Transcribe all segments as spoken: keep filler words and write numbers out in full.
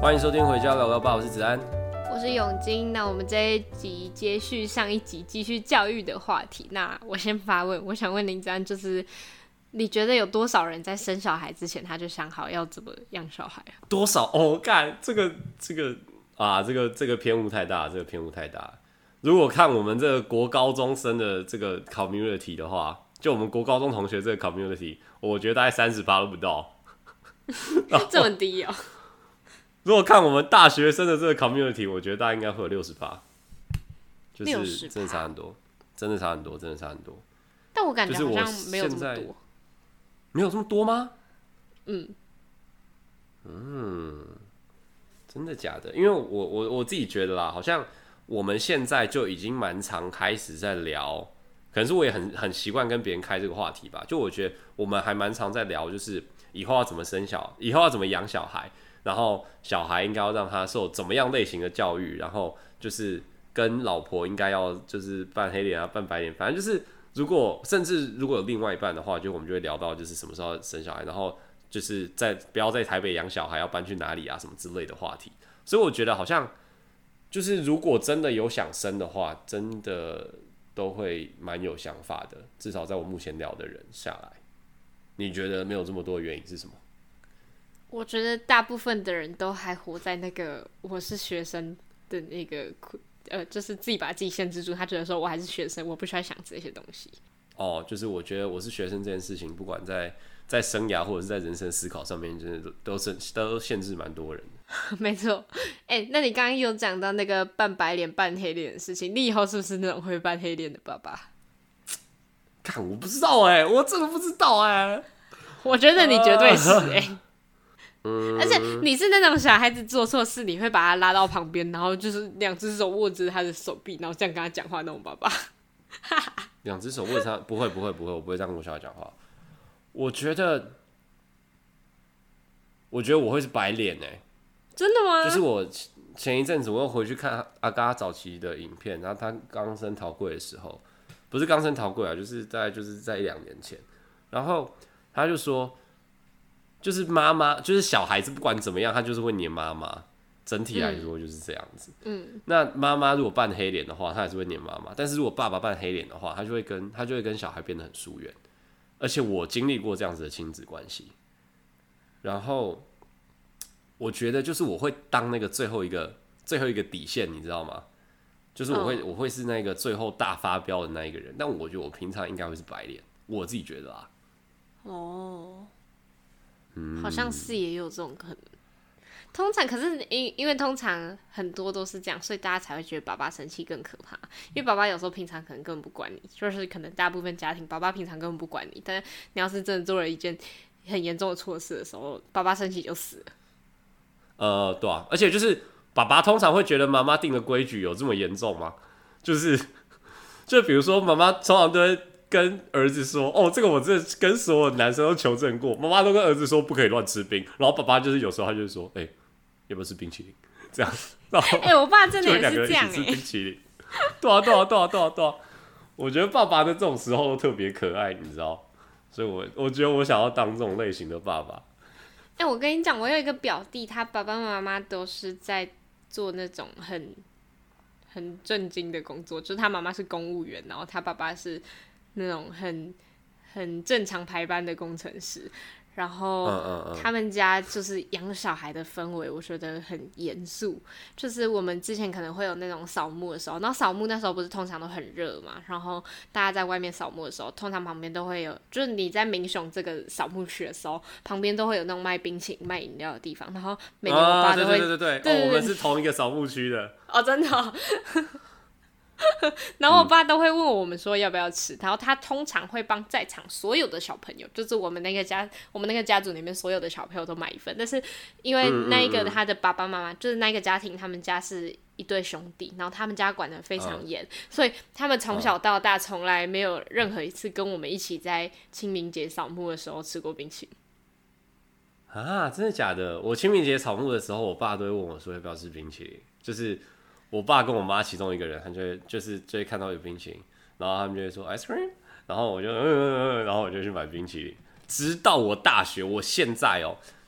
欢迎收听《回家聊聊吧》，我是子安， 我是永金。那我们这一集接续上一集，继续教育的话题。那我先发问，我想问林子安，就是你觉得有多少人在生小孩之前他就想好要怎么养小孩啊？ 多少？哦，干这个这个啊，这个这个偏误太大，这个偏误太大。如果看我们这个国高中生的这个 community 的话，就我们国高中同学这个 community， 我觉得大概三十趴都不到。 这么低哦？ 如果看我们大学生的这个 community， 我觉得大概应该会有六十趴，就是真的差很多，真的差很多，真的差很多。 但我感觉好像没有这么多， 没有这么多吗？ 嗯嗯，真的假的？因为我我我自己觉得啦，好像我们现在就已经蛮常开始在聊，可能是我也很很习惯跟别人开这个话题吧。就我觉得我们还蛮常在聊，就是以后要怎么生小，以后要怎么养小孩。然后小孩应该要让他受怎么样类型的教育，然后就是跟老婆应该要就是扮黑脸啊，扮白脸，反正就是如果甚至如果有另外一半的话，就我们就会聊到就是什么时候生小孩，然后就是在不要在台北养小孩，要搬去哪里啊什么之类的话题。所以我觉得好像就是如果真的有想生的话，真的都会蛮有想法的，至少在我目前聊的人下来，你觉得没有这么多的原因是什么？ 我觉得大部分的人都还活在那个我是学生的那个呃，就是自己把自己限制住。他觉得说我还是学生，我不需要想这些东西。 哦，就是我觉得我是学生这件事情，不管在在生涯或者是在人生思考上面，真的都是都限制蛮多人的。 没错，哎、欸，那你刚刚有讲到那个扮白脸、扮黑脸的事情，你以后是不是那种会扮黑脸的爸爸？ 看，我不知道哎、欸，我真的不知道哎、欸。 我觉得你绝对是哎、欸。 嗯， 而且你是那种小孩子做错事，你会把他拉到旁边，然后就是两只手握着他的手臂，然后这样跟他讲话那种爸爸。 两只手握着他，不会不会不会，我不会这样跟我小孩讲话。我觉得，我觉得我会是白脸哎、欸， 真的吗？ 就是我前一阵子我又回去看阿嘎早期的影片，然后他刚升桃柜的时候，不是刚升桃柜啊，就是在就是在一两年前，然后他就说。就是妈妈，就是小孩子不管怎么样，他就是会黏妈妈。整体来说就是这样子。嗯，那妈妈如果扮黑脸的话，他还是会黏妈妈。但是如果爸爸扮黑脸的话，他就会跟他就会跟小孩变得很疏远。而且我经历过这样子的亲子关系，然后我觉得就是我会当那个最后一个最后一个底线，你知道吗？就是我会、哦、我会是那个最后大发飙的那一个人。但我觉得我平常应该会是白脸，我自己觉得啊。 哦。好像是也有这种可能，通常可是因因为通常很多都是这样，所以大家才会觉得爸爸生气更可怕。因为爸爸有时候平常可能根本不管你，就是可能大部分家庭爸爸平常根本不管你，但是你要是真的做了一件很严重的错事的时候，爸爸生气就死了。 呃，对啊，而且就是爸爸通常会觉得妈妈定的规矩有这么严重吗？就是就比如说妈妈通常都会。跟儿子说，哦，这个我真的跟所有男生都求证过，妈妈都跟儿子说不可以乱吃冰，然后爸爸就是有时候他就说，哎、欸，要不要吃冰淇淋？这样，然后哎、欸，我爸真的也是这样哎、欸，吃冰淇淋，对啊，对啊，对啊，对啊，对啊，我觉得爸爸的这种时候都特别可爱，你知道，所以我我觉得我想要当这种类型的爸爸。 哎、欸，我跟你讲，我有一个表弟，他爸爸妈妈都是在做那种很很正经的工作，就是他妈妈是公务员，然后他爸爸是。那种很很正常排班的工程师，然后他们家就是养小孩的氛围，我觉得很严肃。就是我们之前可能会有那种扫墓的时候，然后扫墓那时候不是通常都很热嘛，然后大家在外面扫墓的时候，通常旁边都会有，就是你在民雄这个扫墓区的时候，旁边都会有那种卖冰淇淋、卖饮料的地方，然后每年我爸都会， 啊、对对对对对，哦，我们是同一个扫墓区的。 哦，真的、哦。然后我爸都会问我们说要不要吃，然后他通常会帮在场所有的小朋友，就是我们那个家我们那个家族里面所有的小朋友都买一份。但是因为那一个他的爸爸妈妈，就是那个家庭，他们家是一对兄弟，然后他们家管得非常严，嗯、所以他们从小到大从来没有任何一次跟我们一起在清明节扫墓的时候吃过冰淇淋。 啊，真的假的？我清明节扫墓的时候，我爸都会问我说要不要吃冰淇淋，就是。我爸跟我妈其中一个人，他就会就是就会看到有冰淇淋，然后他们就会说 ice cream， 然后我就嗯嗯嗯，然后我就去买冰淇淋。直到我大学，我现在哦，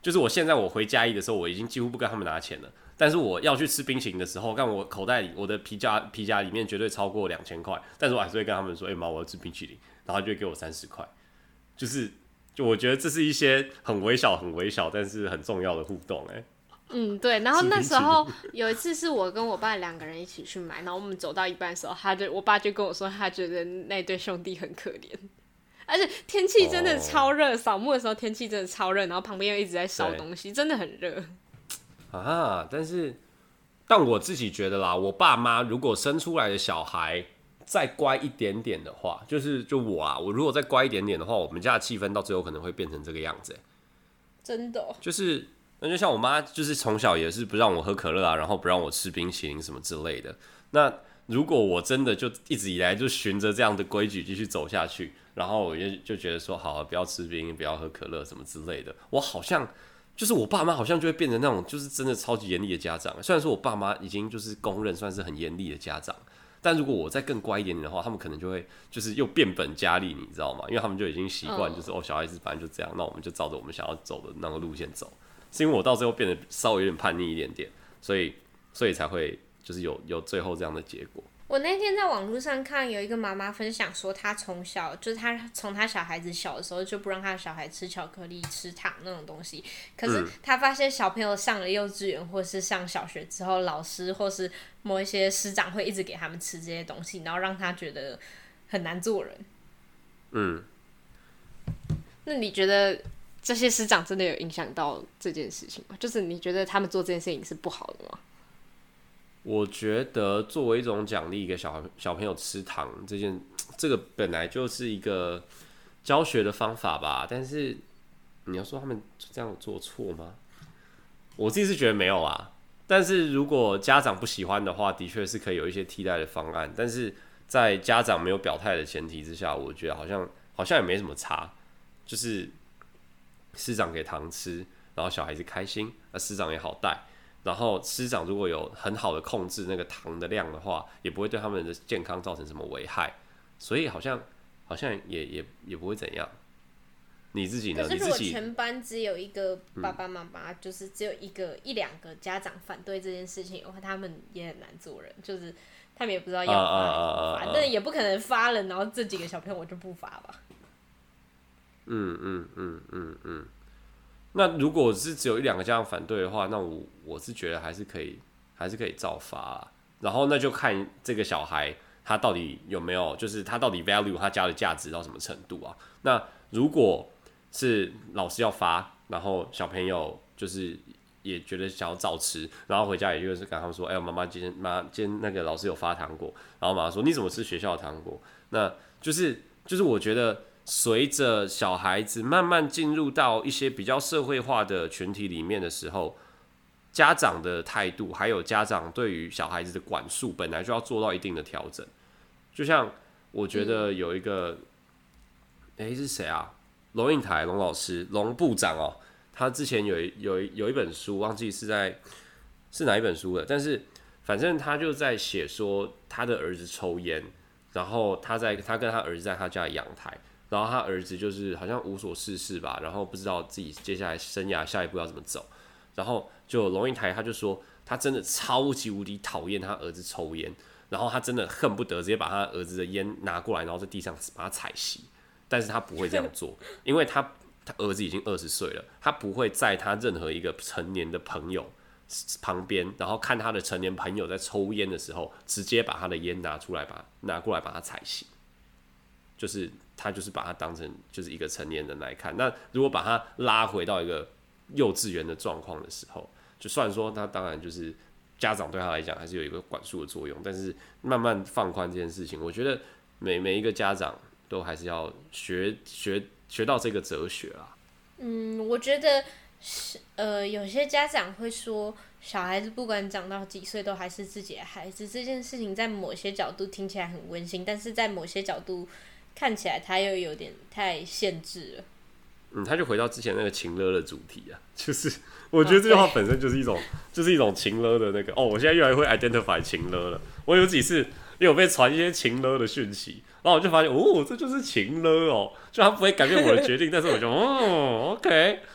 就是我现在我回嘉义的时候，我已经几乎不跟他们拿钱了。但是我要去吃冰淇淋的时候，看我口袋里我的皮夹皮夹里面绝对超过两千块，但是我还是会跟他们说：“哎、欸、妈，我要吃冰淇淋。”然后就会给我三十块。就是就我觉得这是一些很微小、很微小，但是很重要的互动、欸。哎， 嗯，对。然后那时候有一次是我跟我爸两个人一起去买，然后我们走到一半的时候，他就我爸就跟我说，他觉得那对兄弟很可怜。而且天气真的超热，扫、oh. 墓的时候天气真的超热，然后旁边又一直在烧东西，真的很热啊。但是，但我自己觉得啦，我爸妈如果生出来的小孩再乖一点点的话，就是就我啊，我如果再乖一点点的话，我们家的气氛到最后可能会变成这个样子、欸。 真的、哦， 就是那就像我妈，就是从小也是不让我喝可乐啊，然后不让我吃冰淇淋什么之类的。那如果我真的就一直以来就循着这样的规矩继续走下去，然后我就就觉得说，好、啊，不要吃冰，不要喝可乐什么之类的，我好像就是我爸妈好像就会变成那种就是真的超级严厉的家长。虽然说我爸妈已经就是公认算是很严厉的家长，但如果我再更乖一点点的话，他们可能就会就是又变本加厉，你知道吗？因为他们就已经习惯，就是、oh. 哦，小孩子反正就这样，那我们就照着我们想要走的那个路线走。是因为我到最后变得稍微有点叛逆一点点，所以所以才会就是有有最后这样的结果。 我那天在网络上看有一个妈妈分享说，她从小就是她从她小孩子小的时候就不让她的小孩吃巧克力、吃糖那种东西。可是她发现小朋友上了幼稚园或是上小学之后，老师或是某一些师长会一直给他们吃这些东西，然后让她觉得很难做人。嗯，那你觉得这些师长真的有影响到这件事情吗？就是你觉得他们做这件事情是不好的吗？ 我觉得作为一种奖励给小小朋友吃糖这件，这个本来就是一个教学的方法吧。但是你要说他们这样做错吗？我自己是觉得没有啦。但是如果家长不喜欢的话，的确是可以有一些替代的方案。但是在家长没有表态的前提之下，我觉得好像好像也没什么差。就是师长给糖吃，然后小孩子开心，那师长也好带。然后师长如果有很好的控制那个糖的量的话，也不会对他们的健康造成什么危害，所以好像好像也也也不会怎样。你自己呢？ 可是如果全班只有一个爸爸妈妈、嗯，就是只有一个一两个家长反对这件事情的话，他们也很难做人，就是他们也不知道要发还是不发，但也不可能发了，然后这几个小朋友我就不发吧。 嗯嗯嗯嗯嗯。那如果是只有一两个家长反对的话，那我我是觉得还是可以，还是可以照发、啊。然后那就看这个小孩他到底有没有，就是他到底 value 他家的价值到什么程度啊？那如果是老师要发，然后小朋友就是也觉得想要照吃，然后回家也就是跟他们说，哎、欸，妈妈今天妈今天那个老师有发糖果，然后妈妈说你怎么吃学校的糖果？那就是就是我觉得。随着小孩子慢慢进入到一些比较社会化的群体里面的时候，家长的态度还有家长对于小孩子的管束，本来就要做到一定的调整。就像我觉得有一个，哎、嗯欸，是谁啊？龙应台龙老师，龙部长哦，他之前有有有一本书，忘记是在是哪一本书了，但是反正他就在写说他的儿子抽烟，然后他在他跟他儿子在他家的阳台。然后他儿子就是好像无所事事吧，然后不知道自己接下来生涯下一步要怎么走，然后就龙应台他就说他真的超级无敌讨厌他儿子抽烟，然后他真的恨不得直接把他儿子的烟拿过来，然后在地上把它踩熄，但是他不会这样做，因为他他儿子已经二十岁了，他不会在他任何一个成年的朋友旁边，然后看他的成年朋友在抽烟的时候，直接把他的烟拿出来把拿过来把它踩熄，就是他就是把他当成就是一个成年人来看。那如果把他拉回到一个幼稚园的状况的时候，就算说他当然就是家长对他来讲还是有一个管束的作用，但是慢慢放宽这件事情，我觉得每每一个家长都还是要学学学到这个哲学啦。 嗯，我觉得呃有些家长会说，小孩子不管长到几岁都还是自己的孩子，这件事情在某些角度听起来很温馨，但是在某些角度看起来他又有点太限制了。 嗯，他就回到之前那个情勒的主题啊，就是我觉得这句话本身就是一种，就是一种情勒的那个哦。我现在越来越会 identify 情勒了。我有几次也有被传一些情勒的讯息，然后我就发现哦，这就是情勒哦，就他不会改变我的决定，但是我就哦 ，OK，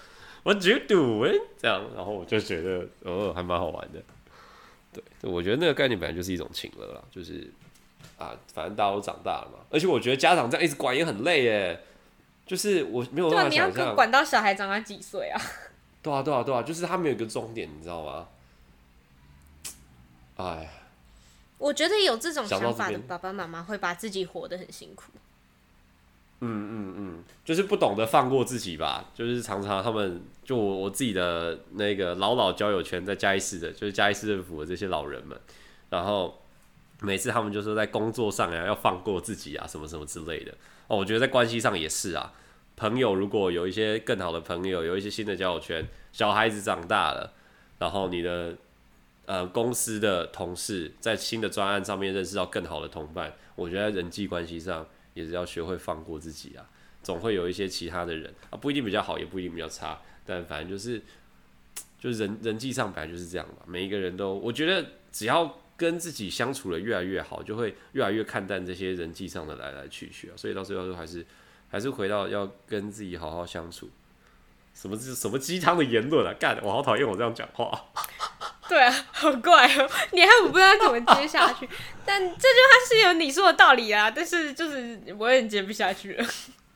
What you doing？ 这样，然后我就觉得哦，还蛮好玩的。对，我觉得那个概念本来就是一种情勒啦，就是啊，反正大家都长大了嘛，而且我觉得家长这样一直管也很累耶。就是我没有办法想象， 对啊，你要管到小孩长到几岁啊？ 对啊，对啊，对啊，就是他没有一个终点，你知道吗？哎， 我觉得有这种想法的爸爸妈妈会把自己活得很辛苦。 嗯嗯嗯，就是不懂得放过自己吧。就是常常他们就我我自己的那个老老交友圈，在嘉义市的，就是嘉义市政府的这些老人们，然后每次他们就说在工作上啊要放过自己啊，什么什么之类的。哦，我觉得在关系上也是啊。朋友如果有一些更好的朋友，有一些新的交友圈，小孩子长大了，然后你的呃公司的同事在新的专案上面认识到更好的同伴，我觉得在人际关系上也是要学会放过自己啊。总会有一些其他的人啊，不一定比较好，也不一定比较差，但反正就是就是人人际上本来就是这样嘛。每一个人都，我觉得只要跟自己相处的越来越好，就会越来越看淡这些人际上的来来去去啊。所以到最后还是还是回到要跟自己好好相处。什么什么鸡汤的言论啊！干，我好讨厌我这样讲话。 对啊，好怪哦！你还不知道怎么接下去，但这句话是有你说的道理啊，但是就是我有点接不下去了。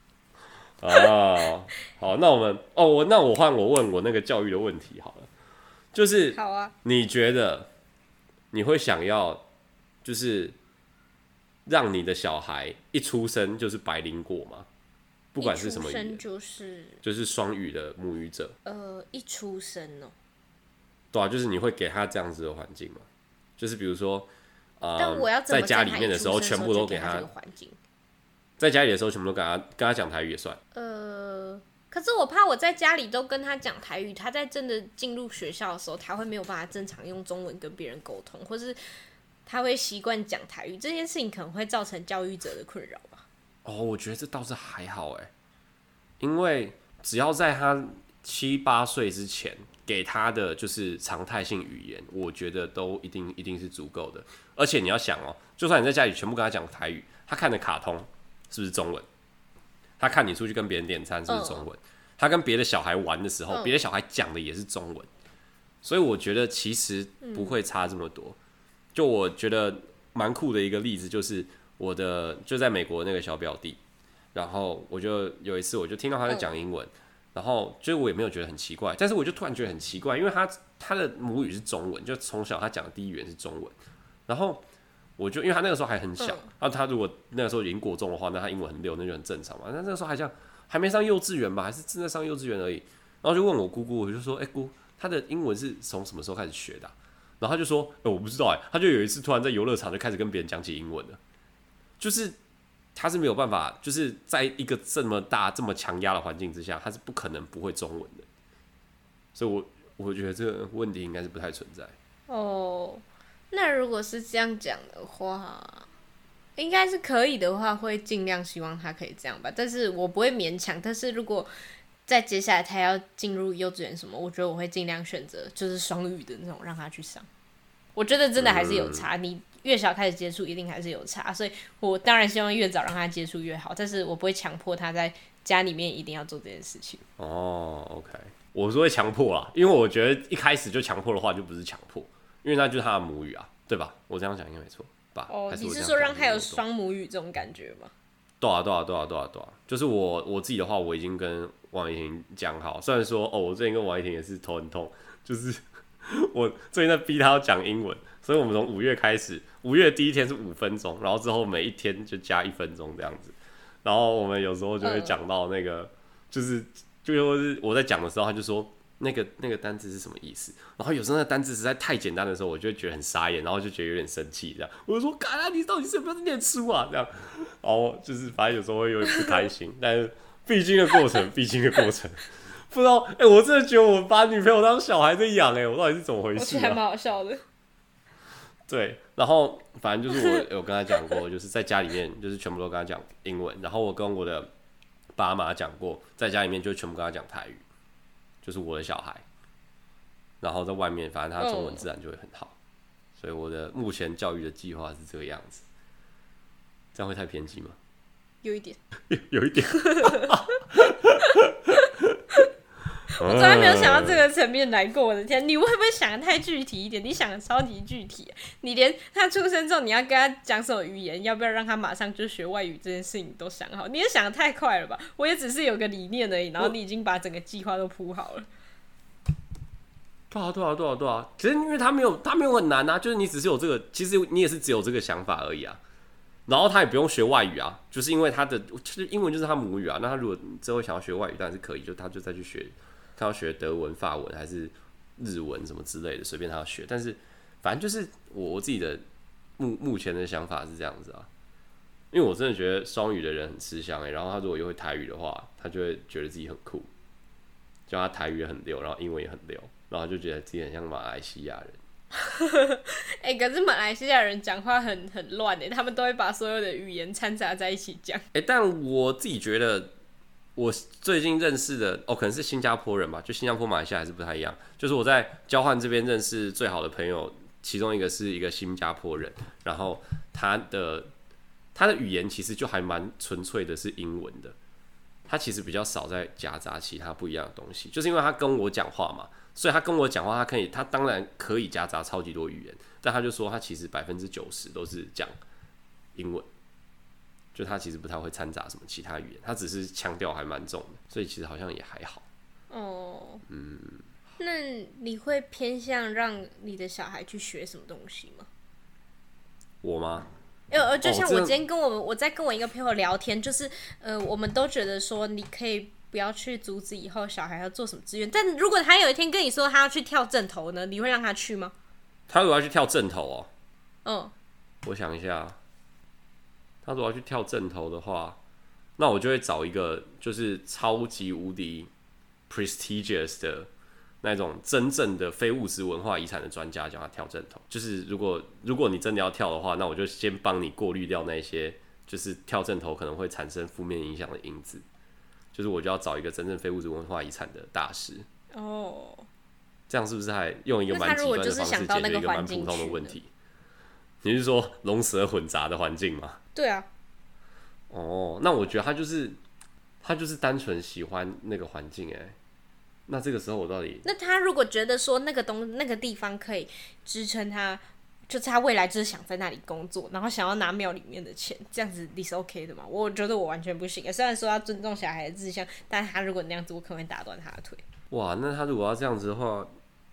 啊，好，那我们哦，我那我换我问我那个教育的问题好了，就是好啊， 你觉得你会想要就是让你的小孩一出生就是白灵果吗？不管是什么语言， 一出生就是就是双语的母语者。 呃，一出生哦， 对啊，就是你会给他这样子的环境吗？就是比如说，呃， 但我要怎么在家里面的时候，全部都给他这个环境。 在家里的时候，全部都跟他跟他讲台语也算。 呃，可是我怕我在家里都跟他讲台语，他在真的进入学校的时候，他会没有办法正常用中文跟别人沟通，或是他会习惯讲台语，这件事情可能会造成教育者的困扰吧。 哦，我觉得这倒是还好哎，因为只要在他七八岁之前给他的就是常态性语言，我觉得都一定一定是足够的。而且你要想哦，就算你在家里全部跟他讲台语，他看的卡通是不是中文？他看你出去跟别人点餐是不是中文？嗯、他跟别的小孩玩的时候，别、嗯、的小孩讲的也是中文，所以我觉得其实不会差这么多。嗯、就我觉得蛮酷的一个例子就是。我的就在美国那个小表弟，然后我就有一次我就听到他在讲英文，然后就我也没有觉得很奇怪，但是我就突然觉得很奇怪，因为他他的母语是中文，就从小他讲的第一语言是中文，然后我就因为他那个时候还很小，然后他如果那个时候已经国中的话，那他英文很溜，那就很正常嘛。那那个时候还像还没上幼稚园吧，还是正在上幼稚园而已，然后就问我姑姑，我就说，哎、欸、姑，他的英文是从什么时候开始学的、啊？然后他就说，哎、欸、我不知道哎、欸，他就有一次突然在游乐场就开始跟别人讲起英文了。就是他是没有办法，就是在一个这么大、这么强压的环境之下，他是不可能不会中文的。所以我，我我觉得这个问题应该是不太存在。 哦，那如果是这样讲的话，应该是可以的话，会尽量希望他可以这样吧。但是我不会勉强。但是如果在接下来他要进入幼稚园什么，我觉得我会尽量选择就是双语的那种，让他去上。我觉得真的还是有差，嗯、你。越小开始接触，一定还是有差，所以我当然希望越早让他接触越好，但是我不会强迫他在家里面一定要做这件事情。 哦 ，OK， 我是会强迫啦，因为我觉得一开始就强迫的话，就不是强迫，因为那就是他的母语啊，对吧？我这样讲应该没错吧？ 哦，你是说让他有双母语这种感觉吗？ 对啊，对啊，对啊，对啊，对啊，就是我我自己的话，我已经跟王怡婷讲好，虽然说哦，我最近跟王怡婷也是头很痛，就是我最近在逼他要讲英文。所以我们从五月开始，五月第一天是五分钟，然后之后每一天就加一分钟这样子。然后我们有时候就会讲到那个，就是就是我在讲的时候，他就说那个那个单字是什么意思。然后有时候那个单字实在太简单的时候，我就会觉得很傻眼，然后就觉得有点生气，这样我就说：“干啊，你到底是不是在念书啊？”这样，然后就是反正有时候会有点不开心，但是必经的过程，必经的过程。不知道，哎、欸，我真的觉得我把女朋友当小孩在养，哎，我到底是怎么回事、啊？ 我觉得还蛮好笑的。 对，然后反正就是我有跟他讲过，就是在家里面就是全部都跟他讲英文，然后我跟我的爸妈讲过，在家里面就全部跟他讲台语，就是我的小孩，然后在外面反正他中文自然就会很好，嗯、所以我的目前教育的计划是这个样子，这样会太偏激吗？ 有一点， 有一点。 我从来没有想到这个层面来过。我的天，你会不会想的太具体一点？你想的超级具体，你连他出生之后你要跟他讲什么语言，要不要让他马上就学外语这件事情你都想好，你也想的太快了吧？我也只是有个理念而已，然后你已经把整个计划都铺好了。 对啊，对啊，对啊，对啊。其实因为他没有，他没有很难啊，就是你只是有这个，其实你也是只有这个想法而已啊。然后他也不用学外语啊，就是因为他的就是英文就是他母语啊。那他如果之后想要学外语，当然是可以，就他就再去学，他要学德文、法文还是日文什么之类的，随便他要学。但是反正就是我我自己的目目前的想法是这样子啊，因为我真的觉得双语的人很吃香哎、欸。然后他如果又会台语的话，他就会觉得自己很酷，就他台语也很溜，然后英文也很溜，然后就觉得自己很像马来西亚人。 哎、欸，可是马来西亚人讲话很很乱哎，他们都会把所有的语言掺杂在一起讲。哎、 欸，但我自己觉得，我最近认识的哦，可能是新加坡人吧，就新加坡、马来西亚还是不太一样。就是我在交换这边认识最好的朋友，其中一个是一个新加坡人，然后他的他的语言其实就还蛮纯粹的，是英文的。他其实比较少在夹杂其他不一样的东西，就是因为他跟我讲话嘛。所以他跟我讲话，他可以，他当然可以夹杂超级多语言，但他就说他其实百分之九十都是讲英文，就他其实不太会掺杂什么其他语言，他只是腔调还蛮重的，所以其实好像也还好。 哦，嗯，那你会偏向让你的小孩去学什么东西吗？ 我吗？ 呃，就像我今天跟我我在跟我一个朋友聊天，就是呃，我们都觉得说你可以。不要去阻止以后小孩要做什么志愿，但如果他有一天跟你说他要去跳正头呢，你会让他去吗？ 他如果要去跳正头哦， 嗯， 我想一下，他如果要去跳正头的话，那我就会找一个就是超级无敌 prestigious 的那种真正的非物质文化遗产的专家，叫他跳正头。就是如果如果你真的要跳的话，那我就先帮你过滤掉那些就是跳正头可能会产生负面影响的因子。就是我就要找一个真正非物质文化遗产的大师哦，这样是不是还用一个蛮极端的方式解决一个蛮普通的问题？你是说龙蛇混杂的环境吗？ 对啊。 哦，那我觉得他就是他就是单纯喜欢那个环境哎。那这个时候我到底…… 那他如果觉得说那个东那个地方可以支撑他。就是他未来就是想在那里工作，然后想要拿庙里面的钱，这样子你是 OK 的吗？我觉得我完全不行。虽然说要尊重小孩的志向，但他如果那样子，我可能会打断他的腿。 哇，那他如果要这样子的话，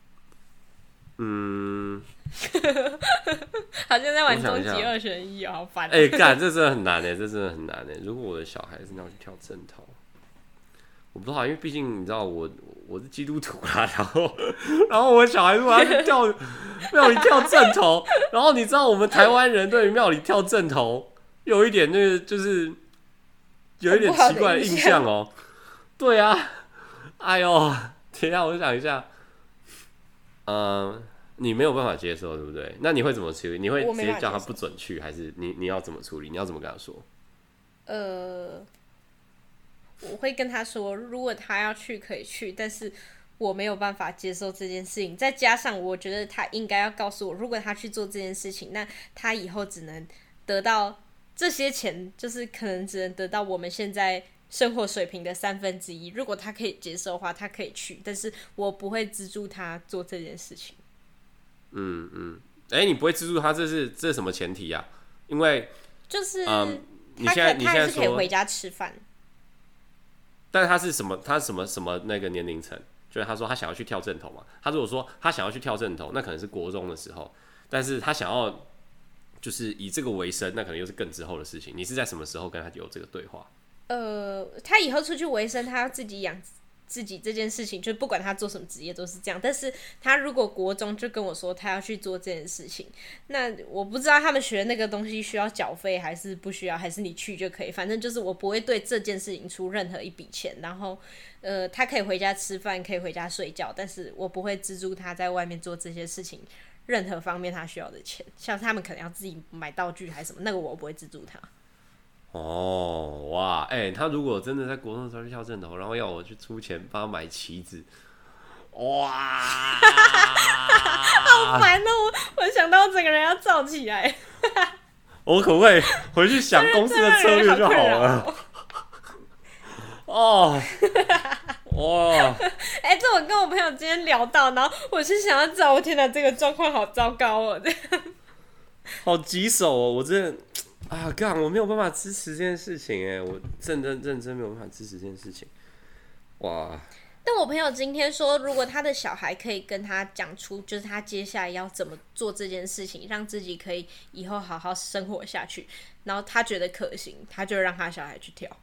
嗯， 好像在玩终极二选一哦，好烦。 哎，干，这真的很难哎，这真的很难哎。如果我的小孩真的要去跳正头，我不知道，因为毕竟你知道我我是基督徒啦，然后然后我小孩如果要去跳庙里跳正头，然后你知道我们台湾人对于庙里跳正头有一点那个就是有一点奇怪的印象哦。对啊，哎呦，等一下我想一下，嗯、呃，你没有办法接受对不对？那你会怎么处理？你会直接叫他不准去，还是你你要怎么处理？你要怎么跟他说？ 呃。我会跟他说，如果他要去可以去，但是我没有办法接受这件事情。再加上我觉得他应该要告诉我，如果他去做这件事情，那他以后只能得到这些钱，就是可能只能得到我们现在生活水平的三分之一。如果他可以接受的话，他可以去，但是我不会资助他做这件事情。 嗯嗯，哎、欸，你不会资助他，这是这是什么前提啊？因为就是、 嗯、你现在你现在说他还是可以回家吃饭。 但是他是什么？他是什么什么那个年龄层？就是他说他想要去跳正头嘛。他如果说他想要去跳正头，那可能是国中的时候。但是他想要就是以这个为生，那可能又是更之后的事情。你是在什么时候跟他有这个对话？ 呃，他以后出去为生，他要自己养自己这件事情，就不管他做什么职业都是这样。但是他如果国中就跟我说他要去做这件事情，那我不知道他们学那个东西需要缴费还是不需要，还是你去就可以。反正就是我不会对这件事情出任何一笔钱，然后呃，他可以回家吃饭，可以回家睡觉，但是我不会资助他在外面做这些事情任何方面他需要的钱，像他们可能要自己买道具还是什么，那个我不会资助他。 哦，哇，哎、欸，他如果真的在国中的时候去跳正头，然后要我去出钱帮他买旗子，哇， 好烦哦！我我想到我整个人要燥起来。 我可不可以回去想公司的策略就好了？哦， 哇！ 哎、欸，这我跟我朋友今天聊到，然后我是想要知道，我天哪，这个状况好糟糕哦，这样。 好棘手哦，我真的啊，干，我没有办法支持这件事情哎，我认真认真没有办法支持这件事情，哇！ 但我朋友今天说，如果他的小孩可以跟他讲出，就是他接下来要怎么做这件事情，让自己可以以后好好生活下去，然后他觉得可行，他就让他小孩去跳。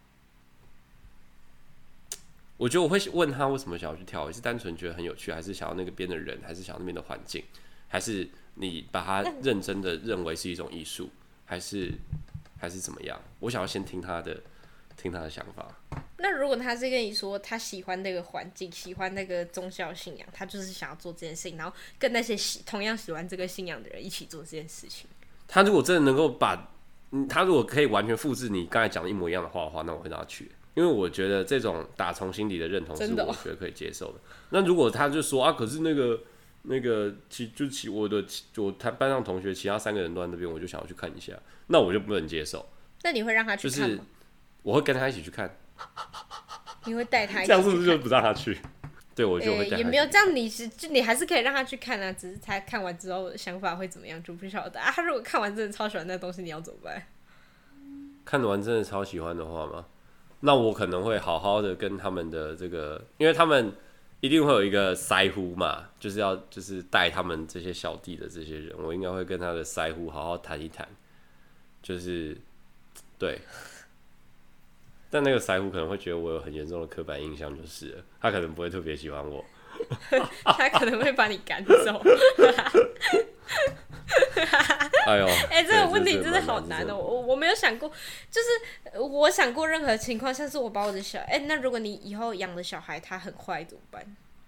我觉得我会问他为什么想要去跳，是单纯觉得很有趣，还是想要那个边的人，还是想要那边的环境，还是你把它认真的认为是一种艺术，还是还是怎么样？我想要先听他的，听他的想法。 那如果他是跟你说他喜欢那个环境，喜欢那个宗教信仰，他就是想要做这件事情，然后跟那些喜同样喜欢这个信仰的人一起做这件事情。 他如果真的能够把，他如果可以完全复制你刚才讲的一模一样的话的话，那我会让他去。因为我觉得这种打从心底的认同是我觉得可以接受的。的哦、那如果他就说啊，可是那个那个其就其我的我他班上同学其他三个人都在那边，我就想要去看一下，那我就不能接受。 那你会让他去看吗？ 就是我会跟他一起去看。 你会带他一起去看？ 这样是不是就不让他去？对，我就会带他一起去、 欸、也没有这样你，你就你还是可以让他去看啊，只是他看完之后的想法会怎么样就不晓得啊。他如果看完真的超喜欢那东西，你要怎么办？ 看完真的超喜欢的话吗？那我可能会好好的跟他们的这个，因为他们一定会有一个腮乎嘛，就是要就是带他们这些小弟的这些人，我应该会跟他的腮乎好好谈一谈，就是对。但那个腮乎可能会觉得我有很严重的刻板印象，就是了他可能不会特别喜欢我， 他可能会把你赶走。 哎呦， 哎、欸，这个问题真的好难哦、喔！我我没有想过，就是我想过任何情况，像是我把我的小，哎、欸，那如果你以后养的小孩他很坏怎么办？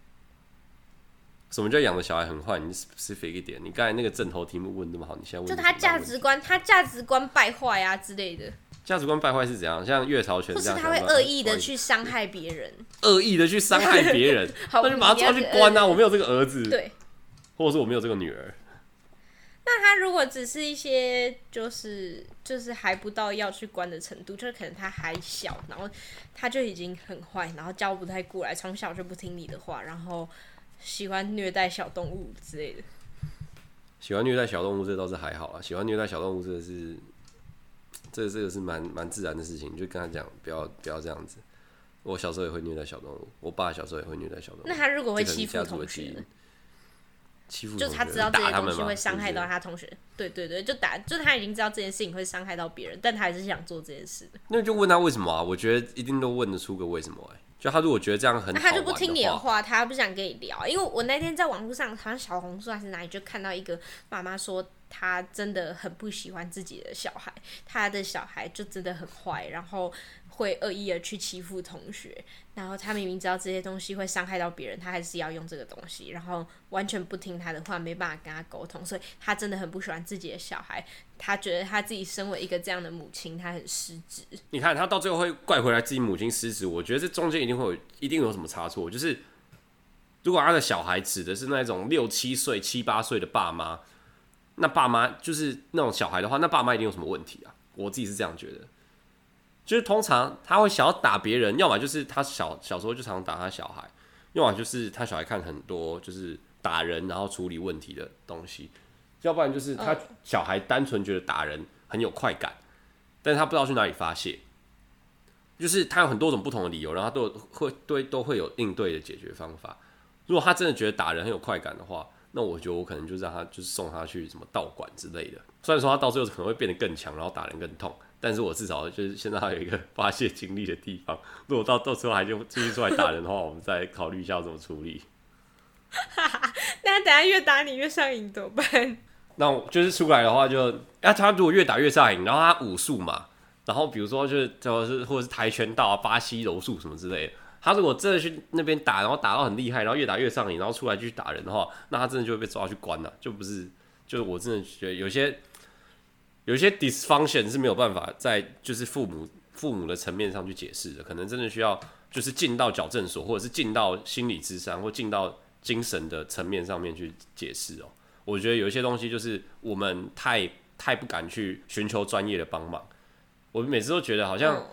什么叫养的小孩很坏？你 specific 一点。你刚才那个正头题目问那么好，你现在问就他价值观，他价值观败坏啊之类的。 价值观败坏是怎样？像岳朝全这样， 或是他会恶意的去伤害别人， 恶意的去伤害别人，那就把他抓去关啊！我没有这个儿子， 对， 或者是我没有这个女儿。 那他如果只是一些就是就是还不到要去关的程度，就是可能他还小，然后他就已经很坏，然后教不太过来，从小就不听你的话，然后喜欢虐待小动物之类的。 喜欢虐待小动物这倒是还好啦，喜欢虐待小动物这个是这个这个是蛮蛮自然的事情，你就跟他讲不要不要这样子。我小时候也会虐待小动物，我爸小时候也会虐待小动物。 那他如果会欺负同学呢？ 欺负就是他知道这些东西会伤害到他同学，对对对，就打，就是他已经知道这件事情会伤害到别人，但他还是想做这件事的。 那就问他为什么啊？我觉得一定都问得出个为什么哎、欸。就他如果觉得这样很好玩的话， 那他就不听你的话，他不想跟你聊。因为我那天在网络上，好像小红书还是哪里，就看到一个妈妈说，她真的很不喜欢自己的小孩，她的小孩就真的很坏，然后会恶意的去欺负同学，然后他明明知道这些东西会伤害到别人，他还是要用这个东西，然后完全不听他的话，没办法跟他沟通，所以他真的很不喜欢自己的小孩，他觉得他自己身为一个这样的母亲，他很失职。 你看他到最后会怪回来自己母亲失职，我觉得这中间一定会有一定有什么差错，就是如果他的小孩指的是那种六七岁、七八岁的爸妈，那爸妈就是那种小孩的话，那爸妈一定有什么问题啊？我自己是这样觉得。就是通常他会想要打别人，要么就是他小小时候就常常打他小孩，要么就是他小孩看很多就是打人然后处理问题的东西，要不然就是他小孩单纯觉得打人很有快感，但是他不知道去哪里发泄，就是他有很多种不同的理由，然后他都会对都会有应对的解决方法。如果他真的觉得打人很有快感的话，那我觉得我可能就让他就是送他去什么道馆之类的。虽然说他到最后可能会变得更强，然后打人更痛。但是我至少就是现在还有一个发泄精力的地方。如果到到时候还就继续出来打人的话，我们再考虑一下怎么处理。 那等下越打你越上瘾怎么办？ 那就是出来的话就，啊，他如果越打越上瘾，然后他武术嘛，然后比如说就是就是或者是跆拳道啊、巴西柔术什么之类的，他如果真的去那边打，然后打到很厉害，然后越打越上瘾，然后出来继续打人的话，那他真的就会被抓去关了，就不是，就是我真的觉得有些。有一些 dysfunction 是没有办法在就是父母父母的层面上去解释的，可能真的需要就是进到矫正所，或者是进到心理咨商，或进到精神的层面上面去解释哦。我觉得有一些东西就是我们太太不敢去寻求专业的帮忙，我每次都觉得好像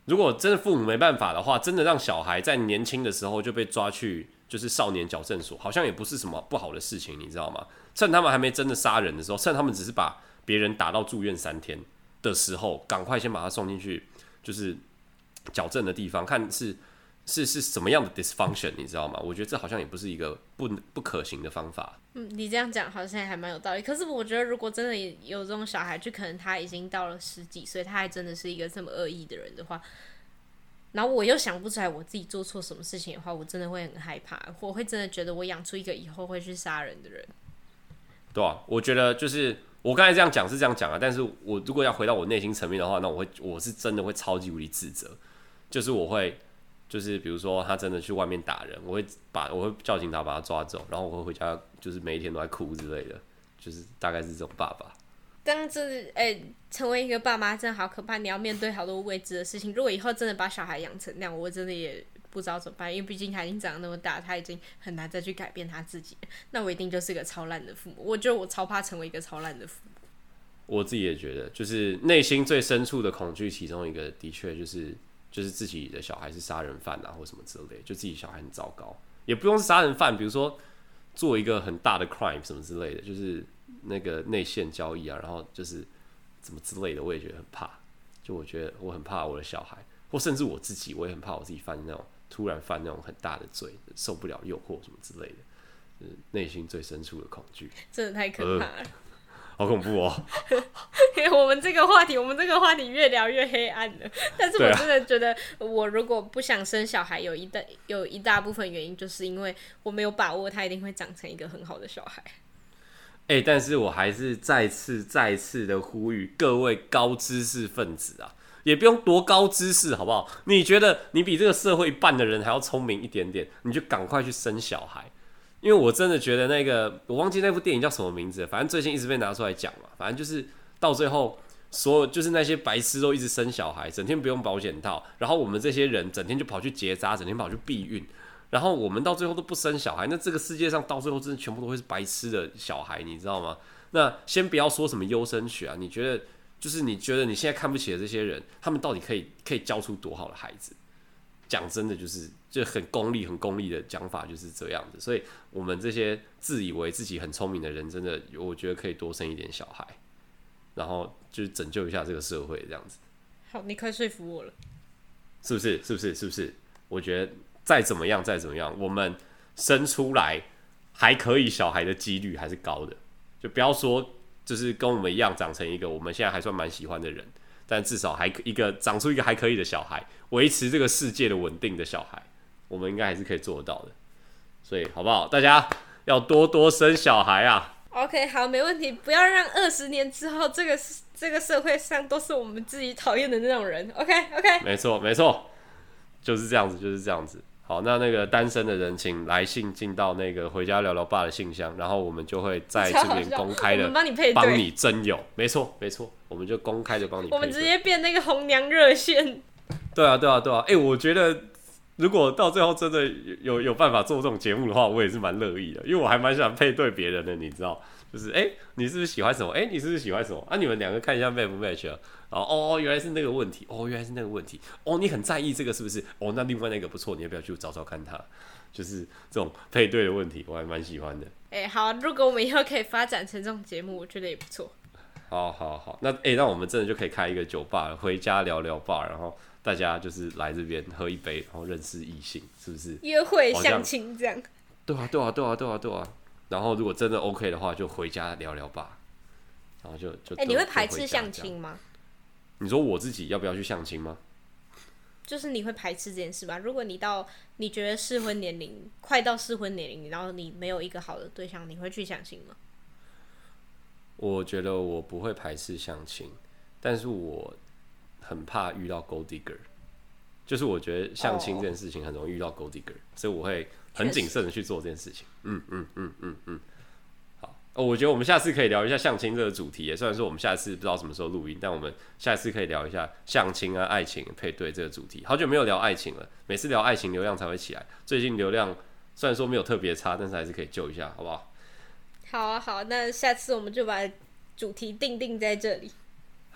如果真的父母没办法的话，真的让小孩在年轻的时候就被抓去就是少年矫正所，好像也不是什么不好的事情，你知道吗？趁他们还没真的杀人的时候，趁他们只是把别人打到住院三天的时候，赶快先把他送进去，就是矫正的地方，看是是是什么样的 dysfunction， 你知道吗？我觉得这好像也不是一个不不可行的方法。 嗯，你这样讲好像还蛮有道理。可是我觉得，如果真的有这种小孩，就可能他已经到了十几岁，他还真的是一个这么恶意的人的话，然后我又想不出来我自己做错什么事情的话，我真的会很害怕，我会真的觉得我养出一个以后会去杀人的人。 对啊，我觉得就是我刚才这样讲是这样讲啊，但是我如果要回到我内心层面的话，那我会我是真的会超级无敌自责，就是我会。就是比如说他真的去外面打人，我会把我会叫警察把他抓走，然后我会回家，就是每一天都在哭之类的，就是大概是这种爸爸。 当这哎、欸，成为一个爸妈真的好可怕，你要面对好多未知的事情。如果以后真的把小孩养成那样，我真的也不知道怎么办，因为毕竟他已经长得那么大，他已经很难再去改变他自己。那我一定就是个超烂的父母，我觉得我超怕成为一个超烂的父母。 我自己也觉得，就是内心最深处的恐惧，其中一个的确就是。就是自己的小孩是杀人犯啊，或什么之类，就自己小孩很糟糕，也不用是杀人犯，比如说做一个很大的 crime 什么之类的，就是那个内线交易啊，然后就是怎么之类的，我也觉得很怕。就我觉得我很怕我的小孩，或甚至我自己，我也很怕我自己犯那种突然犯那种很大的罪，受不了诱惑什么之类的，就是内心最深处的恐惧， 真的太可怕了。呃好恐怖哦！ 我们这个话题，我们这个话题越聊越黑暗了。但是我真的觉得，我如果不想生小孩，有一大有一大部分原因，就是因为我没有把握他一定会长成一个很好的小孩。 哎、欸，但是我还是再次再次的呼吁各位高知识分子啊，也不用多高知识，好不好？你觉得你比这个社会一半的人还要聪明一点点，你就赶快去生小孩。因为我真的觉得那个，我忘记那部电影叫什么名字了，反正最近一直被拿出来讲嘛。反正就是到最后，所有就是那些白痴都一直生小孩，整天不用保险套，然后我们这些人整天就跑去结扎，整天跑去避孕，然后我们到最后都不生小孩，那这个世界上到最后真的全部都会是白痴的小孩，你知道吗？那先不要说什么优生学啊，你觉得就是你觉得你现在看不起的这些人，他们到底可以可以教出多好的孩子？讲真的，就是就很功利、很功利的讲法就是这样子，所以我们这些自以为自己很聪明的人，真的，我觉得可以多生一点小孩，然后就是拯救一下这个社会，这样子。 好，你快说服我了， 是不是？是不是？是不是？我觉得再怎么样，再怎么样，我们生出来还可以小孩的几率还是高的，就不要说就是跟我们一样长成一个我们现在还算蛮喜欢的人。但至少还一个长出一个还可以的小孩，维持这个世界的稳定的小孩，我们应该还是可以做得到的。所以好不好？大家要多多生小孩啊 ！OK， 好，没问题。不要让二十年之后这个这个社会上都是我们自己讨厌的那种人。OK，OK，、okay, okay 没错，没错，就是这样子，就是这样子。好，那那个单身的人，请来信进到那个回家聊聊爸的信箱，然后我们就会在这边公开的帮你征友。没错，没错，我们就公开的帮你配对。 我们直接变那个红娘热线。 对啊，对啊，对啊。哎、欸，我觉得如果到最后真的有有办法做这种节目的话，我也是蛮乐意的，因为我还蛮想配对别人的，你知道。就是哎、欸，你是不是喜欢什么？哎、欸，你是不是喜欢什么？啊，你们两个看一下 match 不 match 啊？然后哦，原来是那个问题，哦，原来是那个问题，哦，你很在意这个是不是？哦，那另外那个不错，你要不要去找找看他？就是这种配对的问题，我还蛮喜欢的。 哎、欸，好，如果我们以后可以发展成这种节目，我觉得也不错。 好好好，那哎、欸，那我们真的就可以开一个酒吧，回家聊聊吧，然后大家就是来这边喝一杯，然后认识异性，是不是？ 约会相亲这样。 对啊，对啊，对啊，对啊，对啊。然后如果真的 OK 的话，就回家聊聊吧。然后就就哎、 欸，你会排斥相亲吗？ 你说我自己要不要去相亲吗？ 就是你会排斥这件事吗？如果你到你觉得适婚年龄，快到适婚年龄，然后你没有一个好的对象，你会去相亲吗？ 我觉得我不会排斥相亲，但是我很怕遇到 gold digger。就是我觉得相亲这件事情很容易遇到 gold digger，、oh. 所以我会很谨慎的去做这件事情。嗯嗯嗯嗯嗯。好、哦，我觉得我们下次可以聊一下相亲这个主题耶。虽然说我们下次不知道什么时候录音，但我们下次可以聊一下相亲啊、爱情配对这个主题。好久没有聊爱情了，每次聊爱情流量才会起来。最近流量虽然说没有特别差，但是还是可以救一下，好不好？ 好啊，好，那下次我们就把主题定定在这里。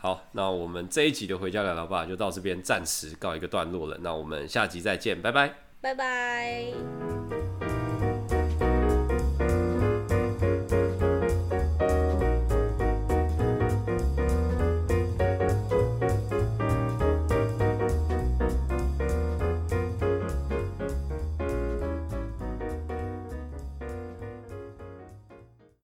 好，那我们这一集的回家聊聊吧就到这边暂时告一个段落了。那我们下集再见，拜拜， 拜拜。